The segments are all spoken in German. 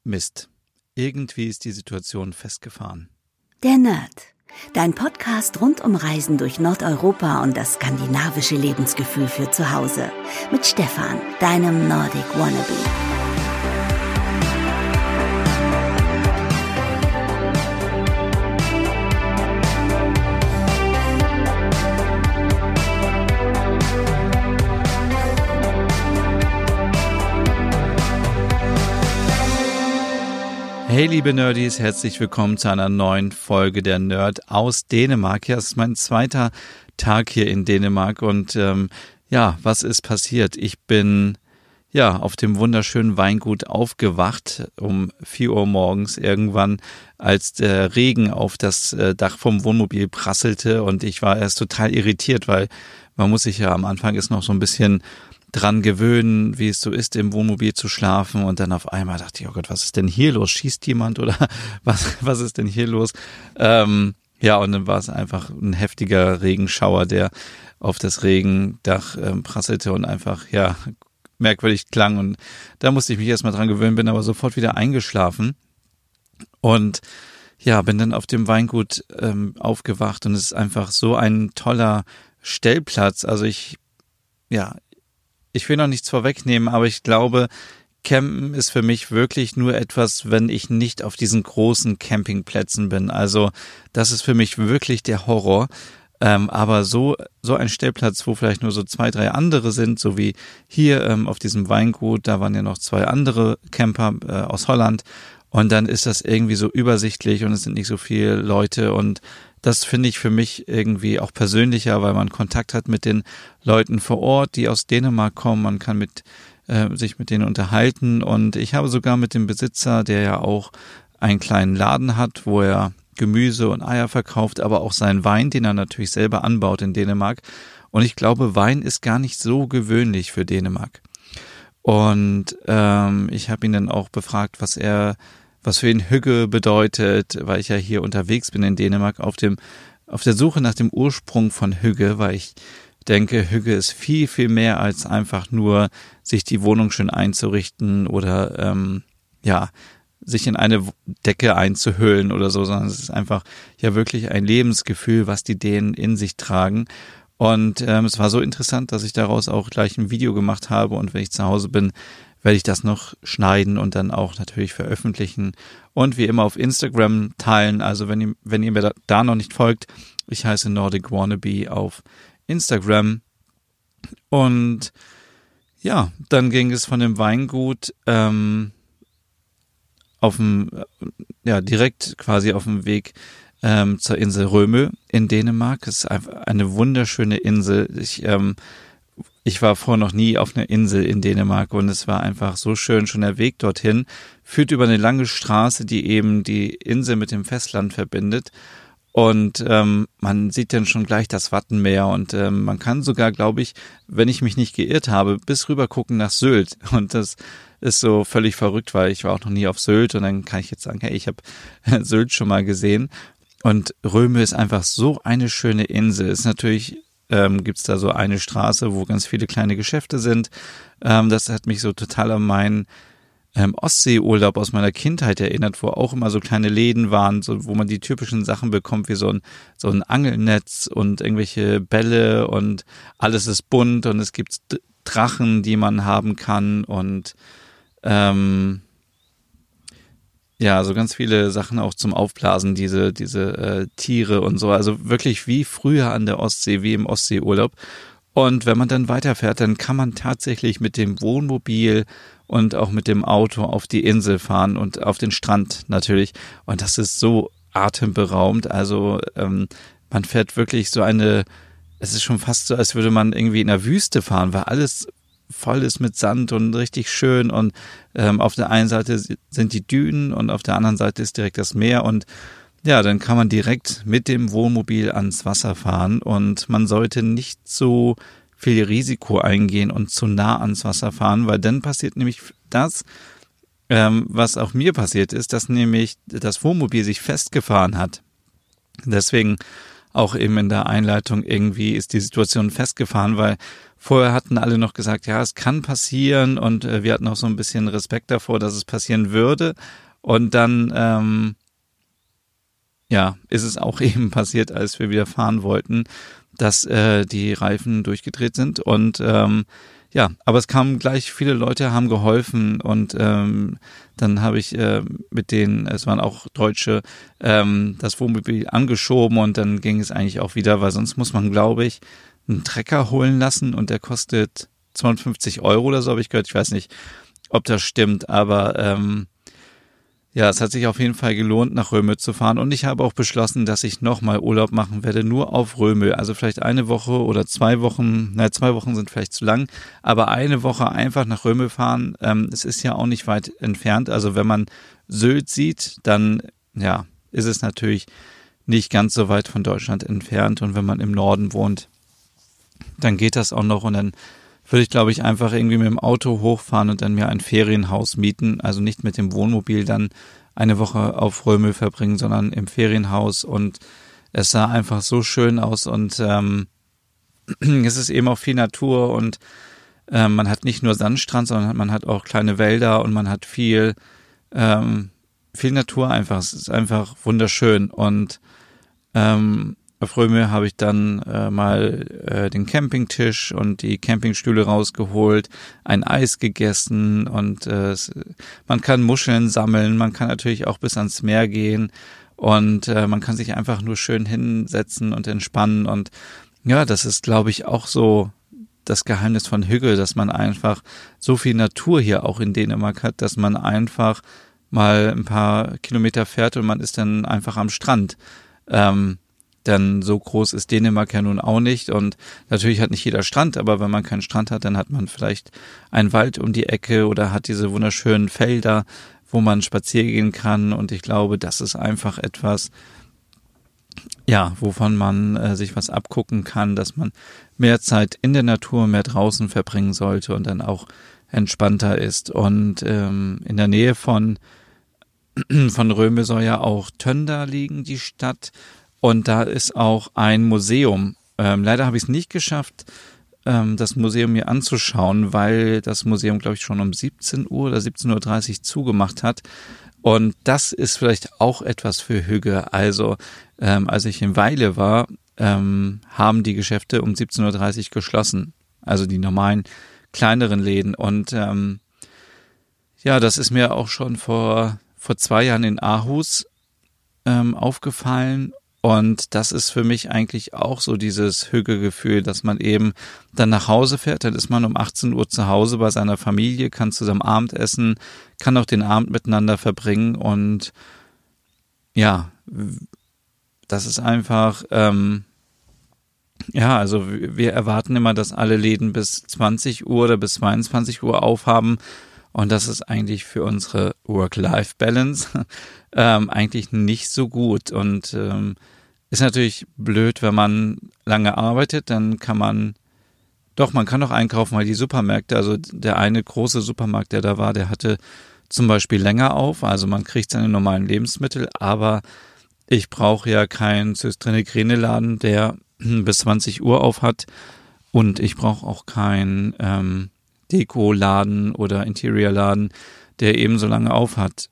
Mist, irgendwie ist die Situation festgefahren. Der Nerd, dein Podcast rund um Reisen durch Nordeuropa und das skandinavische Lebensgefühl für zu Hause. Mit Stefan, deinem Nordic Wannabe. Hey liebe Nerdies, herzlich willkommen zu einer neuen Folge der Nerd aus Dänemark. Ja, es ist mein zweiter Tag hier in Dänemark und was ist passiert? Ich bin auf dem wunderschönen Weingut aufgewacht um 4 Uhr morgens irgendwann, als der Regen auf das Dach vom Wohnmobil prasselte und ich war erst total irritiert, weil man muss sich ja am Anfang ist noch so ein bisschen dran gewöhnen, wie es so ist, im Wohnmobil zu schlafen. Und dann auf einmal dachte ich, oh Gott, was ist denn hier los? Schießt jemand oder was ist denn hier los? Und dann war es einfach ein heftiger Regenschauer, der auf das Regendach prasselte und einfach, merkwürdig klang. Und da musste ich mich erstmal dran gewöhnen, bin aber sofort wieder eingeschlafen. Und bin dann auf dem Weingut aufgewacht und es ist einfach so ein toller Stellplatz. Also ich will noch nichts vorwegnehmen, aber ich glaube, Campen ist für mich wirklich nur etwas, wenn ich nicht auf diesen großen Campingplätzen bin. Also das ist für mich wirklich der Horror. Aber so ein Stellplatz, wo vielleicht nur so 2, 3 andere sind, so wie hier auf diesem Weingut, da waren ja noch 2 andere Camper aus Holland. Und dann ist das irgendwie so übersichtlich und es sind nicht so viele Leute und das finde ich für mich irgendwie auch persönlicher, weil man Kontakt hat mit den Leuten vor Ort, die aus Dänemark kommen. Man kann sich mit denen unterhalten und ich habe sogar mit dem Besitzer, der ja auch einen kleinen Laden hat, wo er Gemüse und Eier verkauft, aber auch seinen Wein, den er natürlich selber anbaut in Dänemark. Und ich glaube, Wein ist gar nicht so gewöhnlich für Dänemark. Und ich habe ihn dann auch befragt, was für ihn Hygge bedeutet, weil ich ja hier unterwegs bin in Dänemark auf der Suche nach dem Ursprung von Hygge, weil ich denke, Hygge ist viel, viel mehr als einfach nur sich die Wohnung schön einzurichten oder sich in eine Decke einzuhüllen oder so, sondern es ist einfach ja wirklich ein Lebensgefühl, was die Dänen in sich tragen. Und es war so interessant, dass ich daraus auch gleich ein Video gemacht habe und wenn ich zu Hause bin, werde ich das noch schneiden und dann auch natürlich veröffentlichen und wie immer auf Instagram teilen. Also wenn ihr mir da noch nicht folgt, ich heiße Nordic Wannabe auf Instagram. Und dann ging es von dem Weingut direkt quasi auf dem Weg zur Insel Rømø in Dänemark. Es ist einfach eine wunderschöne Insel. Ich war vorher noch nie auf einer Insel in Dänemark und es war einfach so schön. Schon der Weg dorthin führt über eine lange Straße, die eben die Insel mit dem Festland verbindet. Und man sieht dann schon gleich das Wattenmeer und man kann sogar, glaube ich, wenn ich mich nicht geirrt habe, bis rüber gucken nach Sylt. Und das ist so völlig verrückt, weil ich war auch noch nie auf Sylt und dann kann ich jetzt sagen, hey, ich habe Sylt schon mal gesehen. Und Rømø ist einfach so eine schöne Insel. Ist natürlich gibt's da so eine Straße, wo ganz viele kleine Geschäfte sind. Das hat mich so total an meinen Ostseeurlaub aus meiner Kindheit erinnert, wo auch immer so kleine Läden waren, so, wo man die typischen Sachen bekommt, wie so ein Angelnetz und irgendwelche Bälle und alles ist bunt und es gibt Drachen, die man haben kann und so ganz viele Sachen auch zum Aufblasen, diese Tiere und so. Also wirklich wie früher an der Ostsee, wie im Ostseeurlaub. Und wenn man dann weiterfährt, dann kann man tatsächlich mit dem Wohnmobil und auch mit dem Auto auf die Insel fahren und auf den Strand natürlich. Und das ist so atemberaubend. Also man fährt wirklich es ist schon fast so, als würde man irgendwie in der Wüste fahren, weil alles voll ist mit Sand und richtig schön und auf der einen Seite sind die Dünen und auf der anderen Seite ist direkt das Meer und dann kann man direkt mit dem Wohnmobil ans Wasser fahren und man sollte nicht so viel Risiko eingehen und zu nah ans Wasser fahren, weil dann passiert nämlich das, was auch mir passiert ist, dass nämlich das Wohnmobil sich festgefahren hat. Deswegen auch eben in der Einleitung, irgendwie ist die Situation festgefahren, weil vorher hatten alle noch gesagt, ja, es kann passieren und wir hatten auch so ein bisschen Respekt davor, dass es passieren würde. Und dann, ist es auch eben passiert, als wir wieder fahren wollten, dass die Reifen durchgedreht sind und aber es kamen gleich viele Leute, haben geholfen und dann habe ich mit denen, es waren auch Deutsche, das Wohnmobil angeschoben und dann ging es eigentlich auch wieder, weil sonst muss man, glaube ich, einen Trecker holen lassen und der kostet 250 € oder so, habe ich gehört. Ich weiß nicht, ob das stimmt, aber es hat sich auf jeden Fall gelohnt, nach Römö zu fahren und ich habe auch beschlossen, dass ich nochmal Urlaub machen werde, nur auf Römö. Also vielleicht eine Woche oder 2 Wochen, 2 Wochen sind vielleicht zu lang, aber eine Woche einfach nach Römö fahren. Es ist ja auch nicht weit entfernt. Also wenn man Sylt sieht, dann ist es natürlich nicht ganz so weit von Deutschland entfernt und wenn man im Norden wohnt, dann geht das auch noch und dann würde ich, glaube ich, einfach irgendwie mit dem Auto hochfahren und dann mir ein Ferienhaus mieten, also nicht mit dem Wohnmobil dann eine Woche auf Römö verbringen, sondern im Ferienhaus und es sah einfach so schön aus und es ist eben auch viel Natur und man hat nicht nur Sandstrand, sondern man hat auch kleine Wälder und man hat viel Natur einfach. Es ist einfach wunderschön und auf Römö habe ich dann mal den Campingtisch und die Campingstühle rausgeholt, ein Eis gegessen und man kann Muscheln sammeln, man kann natürlich auch bis ans Meer gehen und man kann sich einfach nur schön hinsetzen und entspannen und ja, das ist, glaube ich, auch so das Geheimnis von Hügge, dass man einfach so viel Natur hier auch in Dänemark hat, dass man einfach mal ein paar Kilometer fährt und man ist dann einfach am Strand. Denn so groß ist Dänemark ja nun auch nicht und natürlich hat nicht jeder Strand, aber wenn man keinen Strand hat, dann hat man vielleicht einen Wald um die Ecke oder hat diese wunderschönen Felder, wo man spazieren gehen kann und ich glaube, das ist einfach etwas, wovon man sich was abgucken kann, dass man mehr Zeit in der Natur, mehr draußen verbringen sollte und dann auch entspannter ist und in der Nähe von Römö soll ja auch Tønder liegen, die Stadt. Und da ist auch ein Museum. Leider habe ich es nicht geschafft, das Museum mir anzuschauen, weil das Museum, glaube ich, schon um 17 Uhr oder 17:30 Uhr zugemacht hat. Und das ist vielleicht auch etwas für Hügge. Also als ich in Weile war, haben die Geschäfte um 17:30 Uhr geschlossen. Also die normalen kleineren Läden. Und das ist mir auch schon vor 2 Jahren in Aarhus aufgefallen. Und das ist für mich eigentlich auch so dieses Hügge-Gefühl, dass man eben dann nach Hause fährt, dann ist man um 18 Uhr zu Hause bei seiner Familie, kann zusammen Abend essen, kann auch den Abend miteinander verbringen und das ist einfach, also wir erwarten immer, dass alle Läden bis 20 Uhr oder bis 22 Uhr aufhaben und das ist eigentlich für unsere Work-Life-Balance eigentlich nicht so gut und ist natürlich blöd, wenn man lange arbeitet, dann kann man doch einkaufen, weil die Supermärkte, also der eine große Supermarkt, der da war, der hatte zum Beispiel länger auf, also man kriegt seine normalen Lebensmittel, aber ich brauche ja keinen Söstrine-Grene-Laden, der bis 20 Uhr auf hat und ich brauche auch keinen Deko-Laden oder Interior-Laden, der eben so lange auf hat.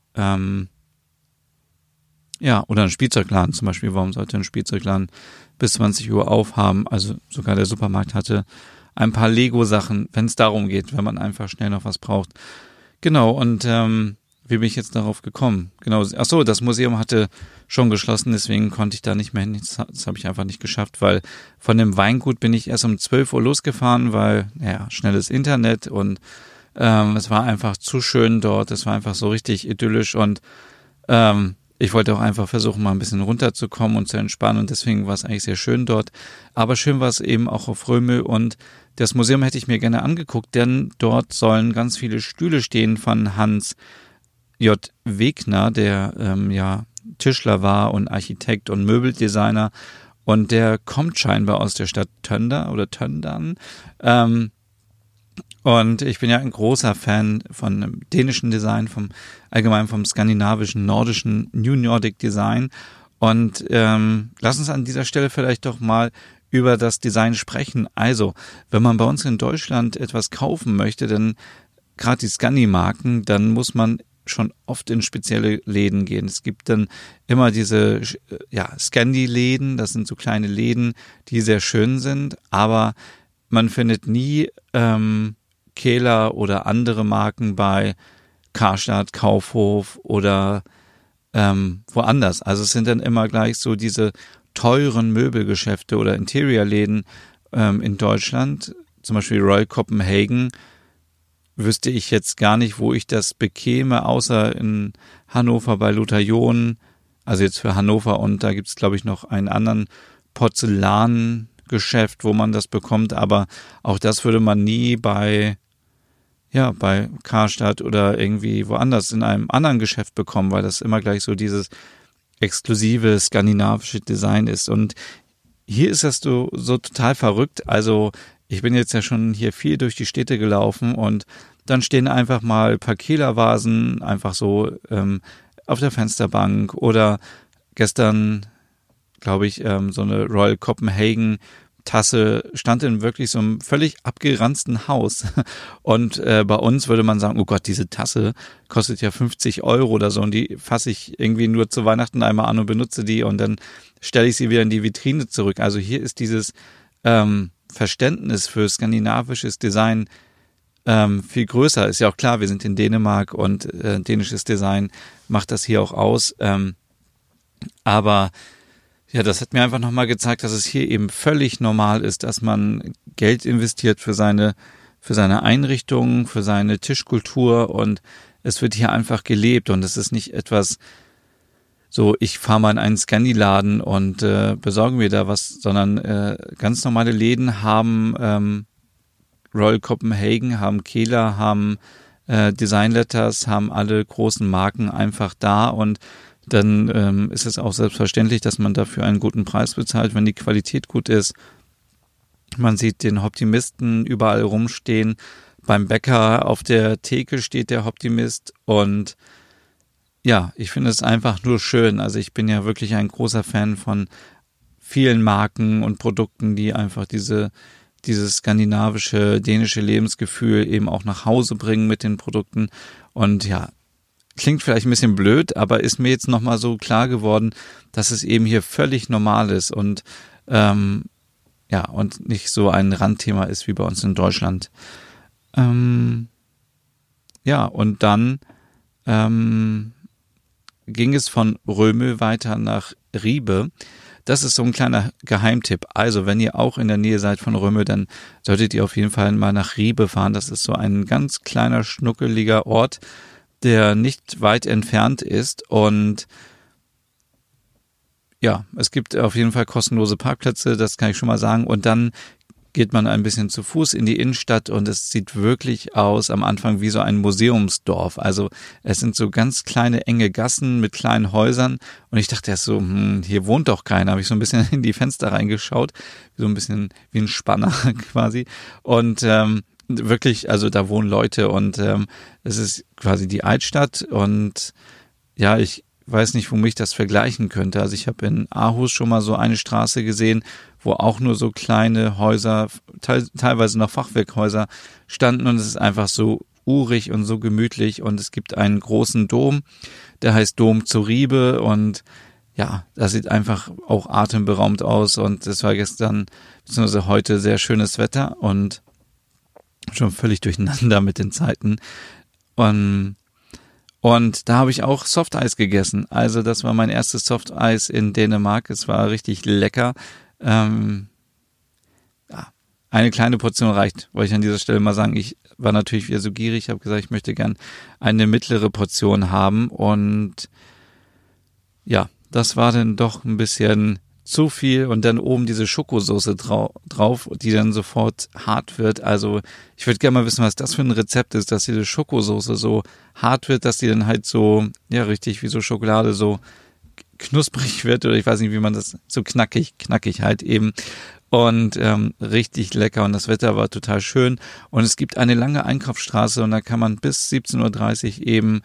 Oder ein Spielzeugladen zum Beispiel. Warum sollte ein Spielzeugladen bis 20 Uhr aufhaben? Also sogar der Supermarkt hatte ein paar Lego-Sachen, wenn es darum geht, wenn man einfach schnell noch was braucht. Genau, und wie bin ich jetzt darauf gekommen? Genau, das Museum hatte schon geschlossen, deswegen konnte ich da nicht mehr hin. Das habe ich einfach nicht geschafft, weil von dem Weingut bin ich erst um 12 Uhr losgefahren, weil, schnelles Internet und es war einfach zu schön dort. Es war einfach so richtig idyllisch und ich wollte auch einfach versuchen, mal ein bisschen runterzukommen und zu entspannen und deswegen war es eigentlich sehr schön dort. Aber schön war es eben auch auf Römö und das Museum hätte ich mir gerne angeguckt, denn dort sollen ganz viele Stühle stehen von Hans J. Wegner, der Tischler war und Architekt und Möbeldesigner und der kommt scheinbar aus der Stadt Tønder oder Tøndern. Und ich bin ja ein großer Fan von dänischen Design, allgemein vom skandinavischen, nordischen New Nordic Design. Und lass uns an dieser Stelle vielleicht doch mal über das Design sprechen. Also, wenn man bei uns in Deutschland etwas kaufen möchte, dann gerade die Scandi-Marken, dann muss man schon oft in spezielle Läden gehen. Es gibt dann immer diese Scandi-Läden, das sind so kleine Läden, die sehr schön sind, aber man findet nie Kehler oder andere Marken bei Karstadt, Kaufhof oder woanders. Also es sind dann immer gleich so diese teuren Möbelgeschäfte oder Interiorläden in Deutschland, zum Beispiel Royal Copenhagen, wüsste ich jetzt gar nicht, wo ich das bekäme, außer in Hannover bei Lothar John, also jetzt für Hannover, und da gibt es, glaube ich, noch einen anderen Porzellangeschäft, wo man das bekommt, aber auch das würde man nie bei Karstadt oder irgendwie woanders in einem anderen Geschäft bekommen, weil das immer gleich so dieses exklusive skandinavische Design ist. Und hier ist das so total verrückt. Also ich bin jetzt ja schon hier viel durch die Städte gelaufen und dann stehen einfach mal ein paar Kehler-Vasen einfach so auf der Fensterbank oder gestern, glaube ich, so eine Royal Copenhagen Tasse stand in wirklich so einem völlig abgeranzten Haus. Und bei uns würde man sagen, oh Gott, diese Tasse kostet ja 50 € oder so und die fasse ich irgendwie nur zu Weihnachten einmal an und benutze die und dann stelle ich sie wieder in die Vitrine zurück. Also hier ist dieses Verständnis für skandinavisches Design viel größer. Ist ja auch klar, wir sind in Dänemark und dänisches Design macht das hier auch aus. Aber ja, das hat mir einfach nochmal gezeigt, dass es hier eben völlig normal ist, dass man Geld investiert für seine Einrichtungen, für seine Tischkultur und es wird hier einfach gelebt und es ist nicht etwas so, ich fahre mal in einen Scandi-Laden und besorge mir da was, sondern ganz normale Läden haben Royal Copenhagen, haben Kehler, haben Design Letters, haben alle großen Marken einfach da und dann ist es auch selbstverständlich, dass man dafür einen guten Preis bezahlt, wenn die Qualität gut ist. Man sieht den Optimisten überall rumstehen. Beim Bäcker auf der Theke steht der Optimist und ja, ich finde es einfach nur schön. Also ich bin ja wirklich ein großer Fan von vielen Marken und Produkten, die einfach dieses skandinavische, dänische Lebensgefühl eben auch nach Hause bringen mit den Produkten und ja, klingt vielleicht ein bisschen blöd, aber ist mir jetzt nochmal so klar geworden, dass es eben hier völlig normal ist und und nicht so ein Randthema ist wie bei uns in Deutschland. Und dann ging es von Römö weiter nach Ribe. Das ist so ein kleiner Geheimtipp. Also wenn ihr auch in der Nähe seid von Römö, dann solltet ihr auf jeden Fall mal nach Ribe fahren. Das ist so ein ganz kleiner, schnuckeliger Ort, der nicht weit entfernt ist und ja, es gibt auf jeden Fall kostenlose Parkplätze, das kann ich schon mal sagen und dann geht man ein bisschen zu Fuß in die Innenstadt und es sieht wirklich aus am Anfang wie so ein Museumsdorf, also es sind so ganz kleine enge Gassen mit kleinen Häusern und ich dachte erst so, hier wohnt doch keiner, habe ich so ein bisschen in die Fenster reingeschaut, so ein bisschen wie ein Spanner quasi und wirklich, also da wohnen Leute und es ist quasi die Altstadt und ja, ich weiß nicht, womit ich das vergleichen könnte. Also ich habe in Aarhus schon mal so eine Straße gesehen, wo auch nur so kleine Häuser, teilweise noch Fachwerkhäuser standen und es ist einfach so urig und so gemütlich und es gibt einen großen Dom, der heißt Dom zu Ribe und ja, das sieht einfach auch atemberaubend aus und es war gestern bzw. heute sehr schönes Wetter und schon völlig durcheinander mit den Zeiten. Und da habe ich auch Softeis gegessen. Also das war mein erstes Softeis in Dänemark. Es war richtig lecker. Eine kleine Portion reicht, wollte ich an dieser Stelle mal sagen. Ich war natürlich wieder so gierig, habe gesagt, ich möchte gern eine mittlere Portion haben. Und ja, das war dann doch ein bisschen zu viel und dann oben diese Schokosoße drauf, die dann sofort hart wird. Also ich würde gerne mal wissen, was das für ein Rezept ist, dass diese Schokosoße so hart wird, dass die dann halt so, ja richtig wie so Schokolade so knusprig wird oder ich weiß nicht, wie man das, so knackig halt eben. Und richtig lecker und das Wetter war total schön und es gibt eine lange Einkaufsstraße und da kann man bis 17:30 Uhr eben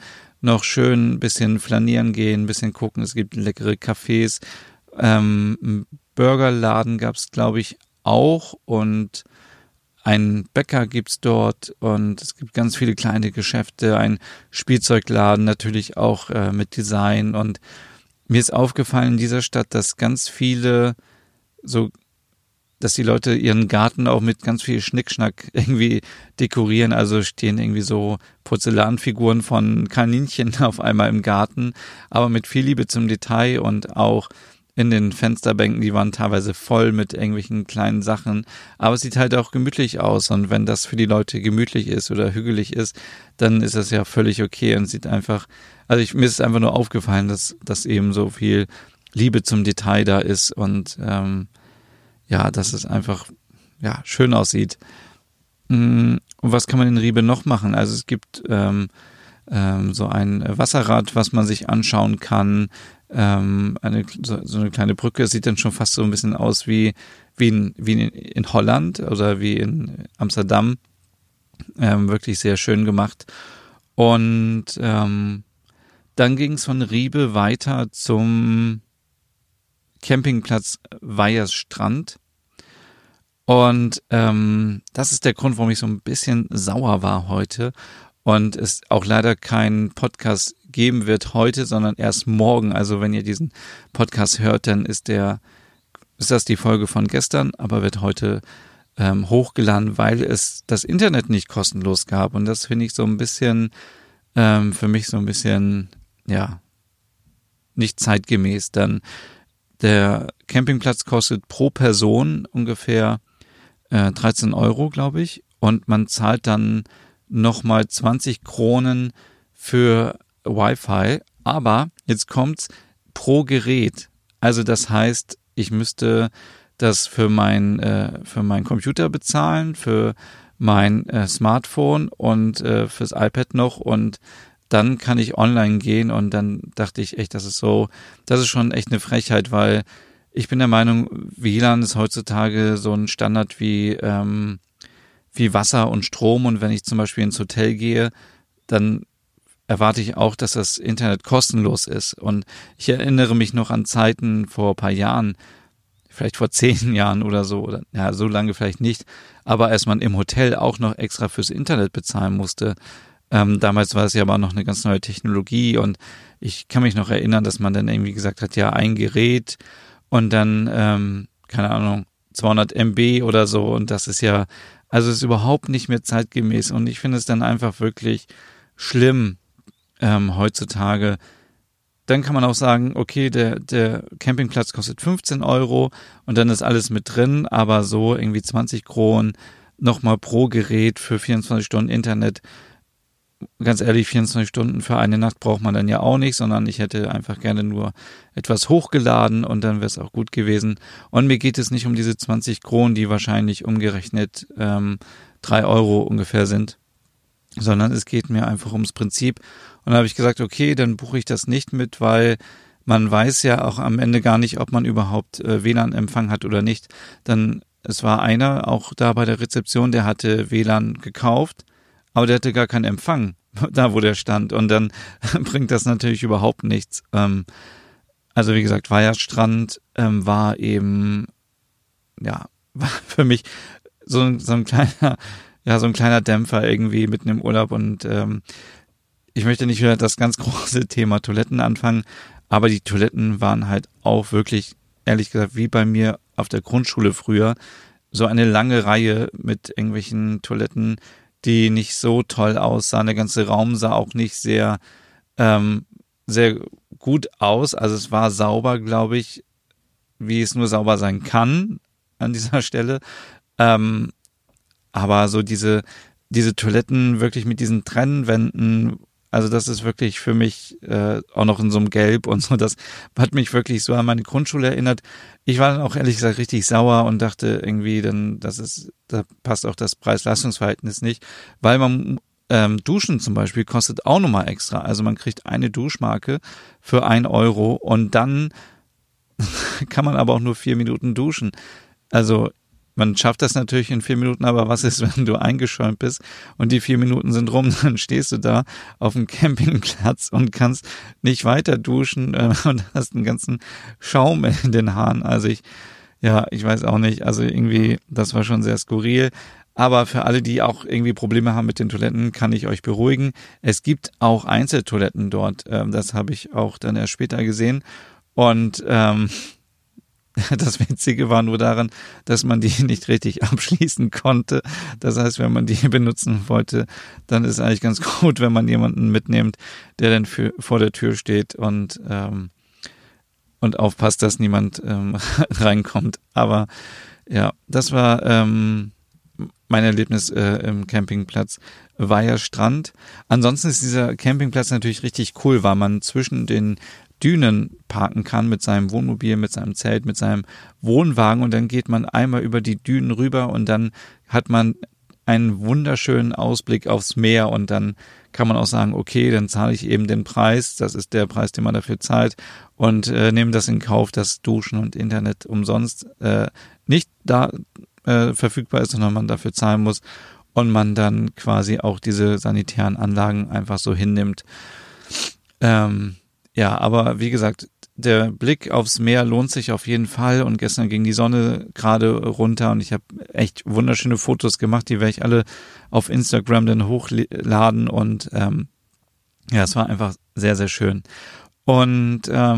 noch schön ein bisschen flanieren gehen, ein bisschen gucken. Es gibt leckere Cafés. Einen Burgerladen gab es, glaube ich, auch und einen Bäcker gibt's dort und es gibt ganz viele kleine Geschäfte, ein Spielzeugladen natürlich auch mit Design und mir ist aufgefallen in dieser Stadt, dass ganz viele dass die Leute ihren Garten auch mit ganz viel Schnickschnack irgendwie dekorieren. Also stehen irgendwie so Porzellanfiguren von Kaninchen auf einmal im Garten, aber mit viel Liebe zum Detail und auch in den Fensterbänken, die waren teilweise voll mit irgendwelchen kleinen Sachen. Aber es sieht halt auch gemütlich aus und wenn das für die Leute gemütlich ist oder hügelig ist, dann ist das ja völlig okay und sieht einfach, also mir ist es einfach nur aufgefallen, dass eben so viel Liebe zum Detail da ist und dass es einfach schön aussieht. Und was kann man in Ribe noch machen? Also es gibt so ein Wasserrad, was man sich anschauen kann. So eine kleine Brücke. Es sieht dann schon fast so ein bisschen aus wie in Holland oder wie in Amsterdam. Wirklich sehr schön gemacht. Und dann ging es von Ribe weiter zum Campingplatz Weiersstrand. Und das ist der Grund, warum ich so ein bisschen sauer war heute und es auch leider keinen Podcast geben wird heute, sondern erst morgen. Also wenn ihr diesen Podcast hört, dann ist das die Folge von gestern, aber wird heute hochgeladen, weil es das Internet nicht kostenlos gab. Und das finde ich so ein bisschen, für mich so ein bisschen, nicht zeitgemäß. Dann der Campingplatz kostet pro Person ungefähr 13 Euro, glaube ich. Und man zahlt dann nochmal 20 Kronen für Wi-Fi. Aber jetzt kommt's pro Gerät. Also das heißt, ich müsste das für mein Computer bezahlen, für mein Smartphone und fürs iPad noch und dann kann ich online gehen und dann dachte ich echt, das ist schon echt eine Frechheit, weil ich bin der Meinung, WLAN ist heutzutage so ein Standard wie Wasser und Strom und wenn ich zum Beispiel ins Hotel gehe, dann erwarte ich auch, dass das Internet kostenlos ist und ich erinnere mich noch an Zeiten vor ein paar Jahren, vielleicht vor 10 Jahren oder so, oder so lange vielleicht nicht, aber als man im Hotel auch noch extra fürs Internet bezahlen musste. Damals war es ja aber noch eine ganz neue Technologie und ich kann mich noch erinnern, dass man dann irgendwie gesagt hat, ja, ein Gerät und dann, keine Ahnung, 200 MB oder so und das ist ja, also es ist überhaupt nicht mehr zeitgemäß und ich finde es dann einfach wirklich schlimm heutzutage. Dann kann man auch sagen, okay, der Campingplatz kostet 15 Euro und dann ist alles mit drin, aber so irgendwie 20 Kronen nochmal pro Gerät für 24 Stunden Internet. Ganz ehrlich, 24 Stunden für eine Nacht braucht man dann ja auch nicht, sondern ich hätte einfach gerne nur etwas hochgeladen und dann wäre es auch gut gewesen. Und mir geht es nicht um diese 20 Kronen, die wahrscheinlich umgerechnet 3 Euro ungefähr sind, sondern es geht mir einfach ums Prinzip. Und da habe ich gesagt, okay, dann buche ich das nicht mit, weil man weiß ja auch am Ende gar nicht, ob man überhaupt WLAN-Empfang hat oder nicht. Es war einer auch da bei der Rezeption, der hatte WLAN gekauft, aber der hatte gar keinen Empfang, da wo der stand. Und dann bringt das natürlich überhaupt nichts. Also wie gesagt, Weiersstrand war eben, war für mich so ein kleiner Dämpfer irgendwie mitten im Urlaub. Und ich möchte nicht wieder das ganz große Thema Toiletten anfangen, aber die Toiletten waren halt auch wirklich, ehrlich gesagt, wie bei mir auf der Grundschule früher, so eine lange Reihe mit irgendwelchen Toiletten, die nicht so toll aussahen. Der ganze Raum sah auch nicht sehr gut aus. Also es war sauber, glaube ich, wie es nur sauber sein kann an dieser Stelle. Aber so diese Toiletten wirklich mit diesen Trennwänden, also das ist wirklich für mich auch noch in so einem Gelb und so, das hat mich wirklich so an meine Grundschule erinnert. Ich war dann auch ehrlich gesagt richtig sauer und dachte irgendwie, da passt auch das Preis-Leistungs-Verhältnis nicht, weil man Duschen zum Beispiel kostet auch nochmal extra. Also man kriegt eine Duschmarke für 1 Euro und dann kann man aber auch nur 4 Minuten duschen. Also man schafft das natürlich in 4 Minuten, aber was ist, wenn du eingeschäumt bist und die 4 Minuten sind rum, dann stehst du da auf dem Campingplatz und kannst nicht weiter duschen und hast einen ganzen Schaum in den Haaren. Also ich weiß auch nicht, also irgendwie, das war schon sehr skurril. Aber für alle, die auch irgendwie Probleme haben mit den Toiletten, kann ich euch beruhigen. Es gibt auch Einzeltoiletten dort. Das habe ich auch dann erst später gesehen. Und das Witzige war nur daran, dass man die nicht richtig abschließen konnte. Das heißt, wenn man die benutzen wollte, dann ist es eigentlich ganz gut, wenn man jemanden mitnimmt, der dann vor der Tür steht und aufpasst, dass niemand reinkommt. Aber ja, das war mein Erlebnis im Campingplatz Weiher Strand. Ansonsten ist dieser Campingplatz natürlich richtig cool, weil man zwischen den Dünen parken kann mit seinem Wohnmobil, mit seinem Zelt, mit seinem Wohnwagen und dann geht man einmal über die Dünen rüber und dann hat man einen wunderschönen Ausblick aufs Meer und dann kann man auch sagen, okay, dann zahle ich eben den Preis, das ist der Preis, den man dafür zahlt und nehme das in Kauf, dass Duschen und Internet umsonst nicht da verfügbar ist, sondern man dafür zahlen muss und man dann quasi auch diese sanitären Anlagen einfach so hinnimmt. Ja, aber wie gesagt, der Blick aufs Meer lohnt sich auf jeden Fall und gestern ging die Sonne gerade runter und ich habe echt wunderschöne Fotos gemacht, die werde ich alle auf Instagram dann hochladen und es war einfach sehr, sehr schön. Und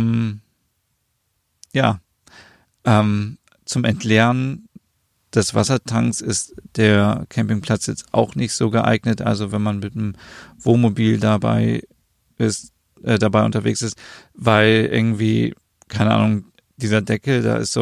zum Entleeren des Wassertanks ist der Campingplatz jetzt auch nicht so geeignet, also wenn man mit dem Wohnmobil dabei unterwegs ist, weil irgendwie, keine Ahnung, dieser Deckel, da ist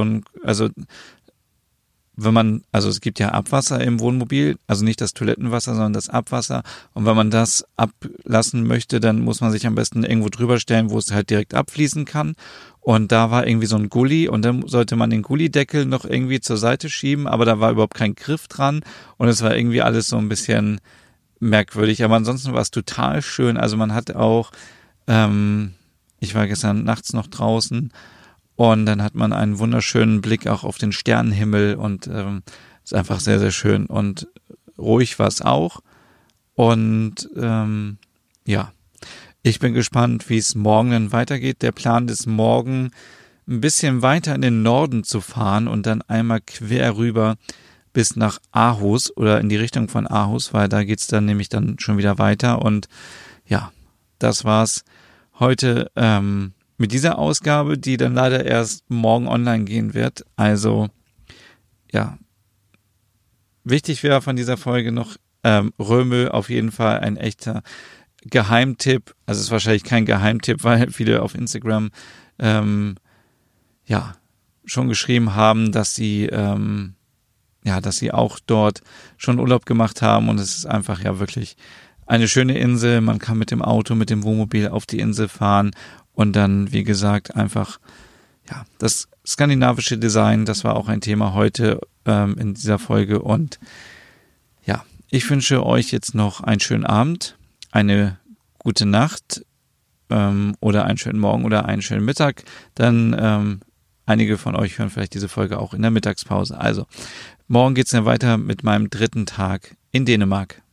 es gibt ja Abwasser im Wohnmobil, also nicht das Toilettenwasser, sondern das Abwasser und wenn man das ablassen möchte, dann muss man sich am besten irgendwo drüber stellen, wo es halt direkt abfließen kann und da war irgendwie so ein Gully und dann sollte man den Gullydeckel noch irgendwie zur Seite schieben, aber da war überhaupt kein Griff dran und es war irgendwie alles so ein bisschen merkwürdig, aber ansonsten war es total schön, also man hat auch ich war gestern nachts noch draußen und dann hat man einen wunderschönen Blick auch auf den Sternenhimmel und ist einfach sehr, sehr schön und ruhig war es auch und ich bin gespannt, wie es morgen dann weitergeht. Der Plan ist morgen ein bisschen weiter in den Norden zu fahren und dann einmal quer rüber bis nach Aarhus oder in die Richtung von Aarhus, weil da geht's dann nämlich dann schon wieder weiter und ja, das war's heute mit dieser Ausgabe, die dann leider erst morgen online gehen wird. Also, ja, wichtig wäre von dieser Folge noch Römel auf jeden Fall ein echter Geheimtipp. Also es ist wahrscheinlich kein Geheimtipp, weil viele auf Instagram schon geschrieben haben, dass sie auch dort schon Urlaub gemacht haben und es ist einfach ja wirklich eine schöne Insel, man kann mit dem Auto, mit dem Wohnmobil auf die Insel fahren und dann, wie gesagt, einfach, das skandinavische Design, das war auch ein Thema heute in dieser Folge und ich wünsche euch jetzt noch einen schönen Abend, eine gute Nacht oder einen schönen Morgen oder einen schönen Mittag, dann einige von euch hören vielleicht diese Folge auch in der Mittagspause. Also, morgen geht's dann weiter mit meinem 3. Tag in Dänemark.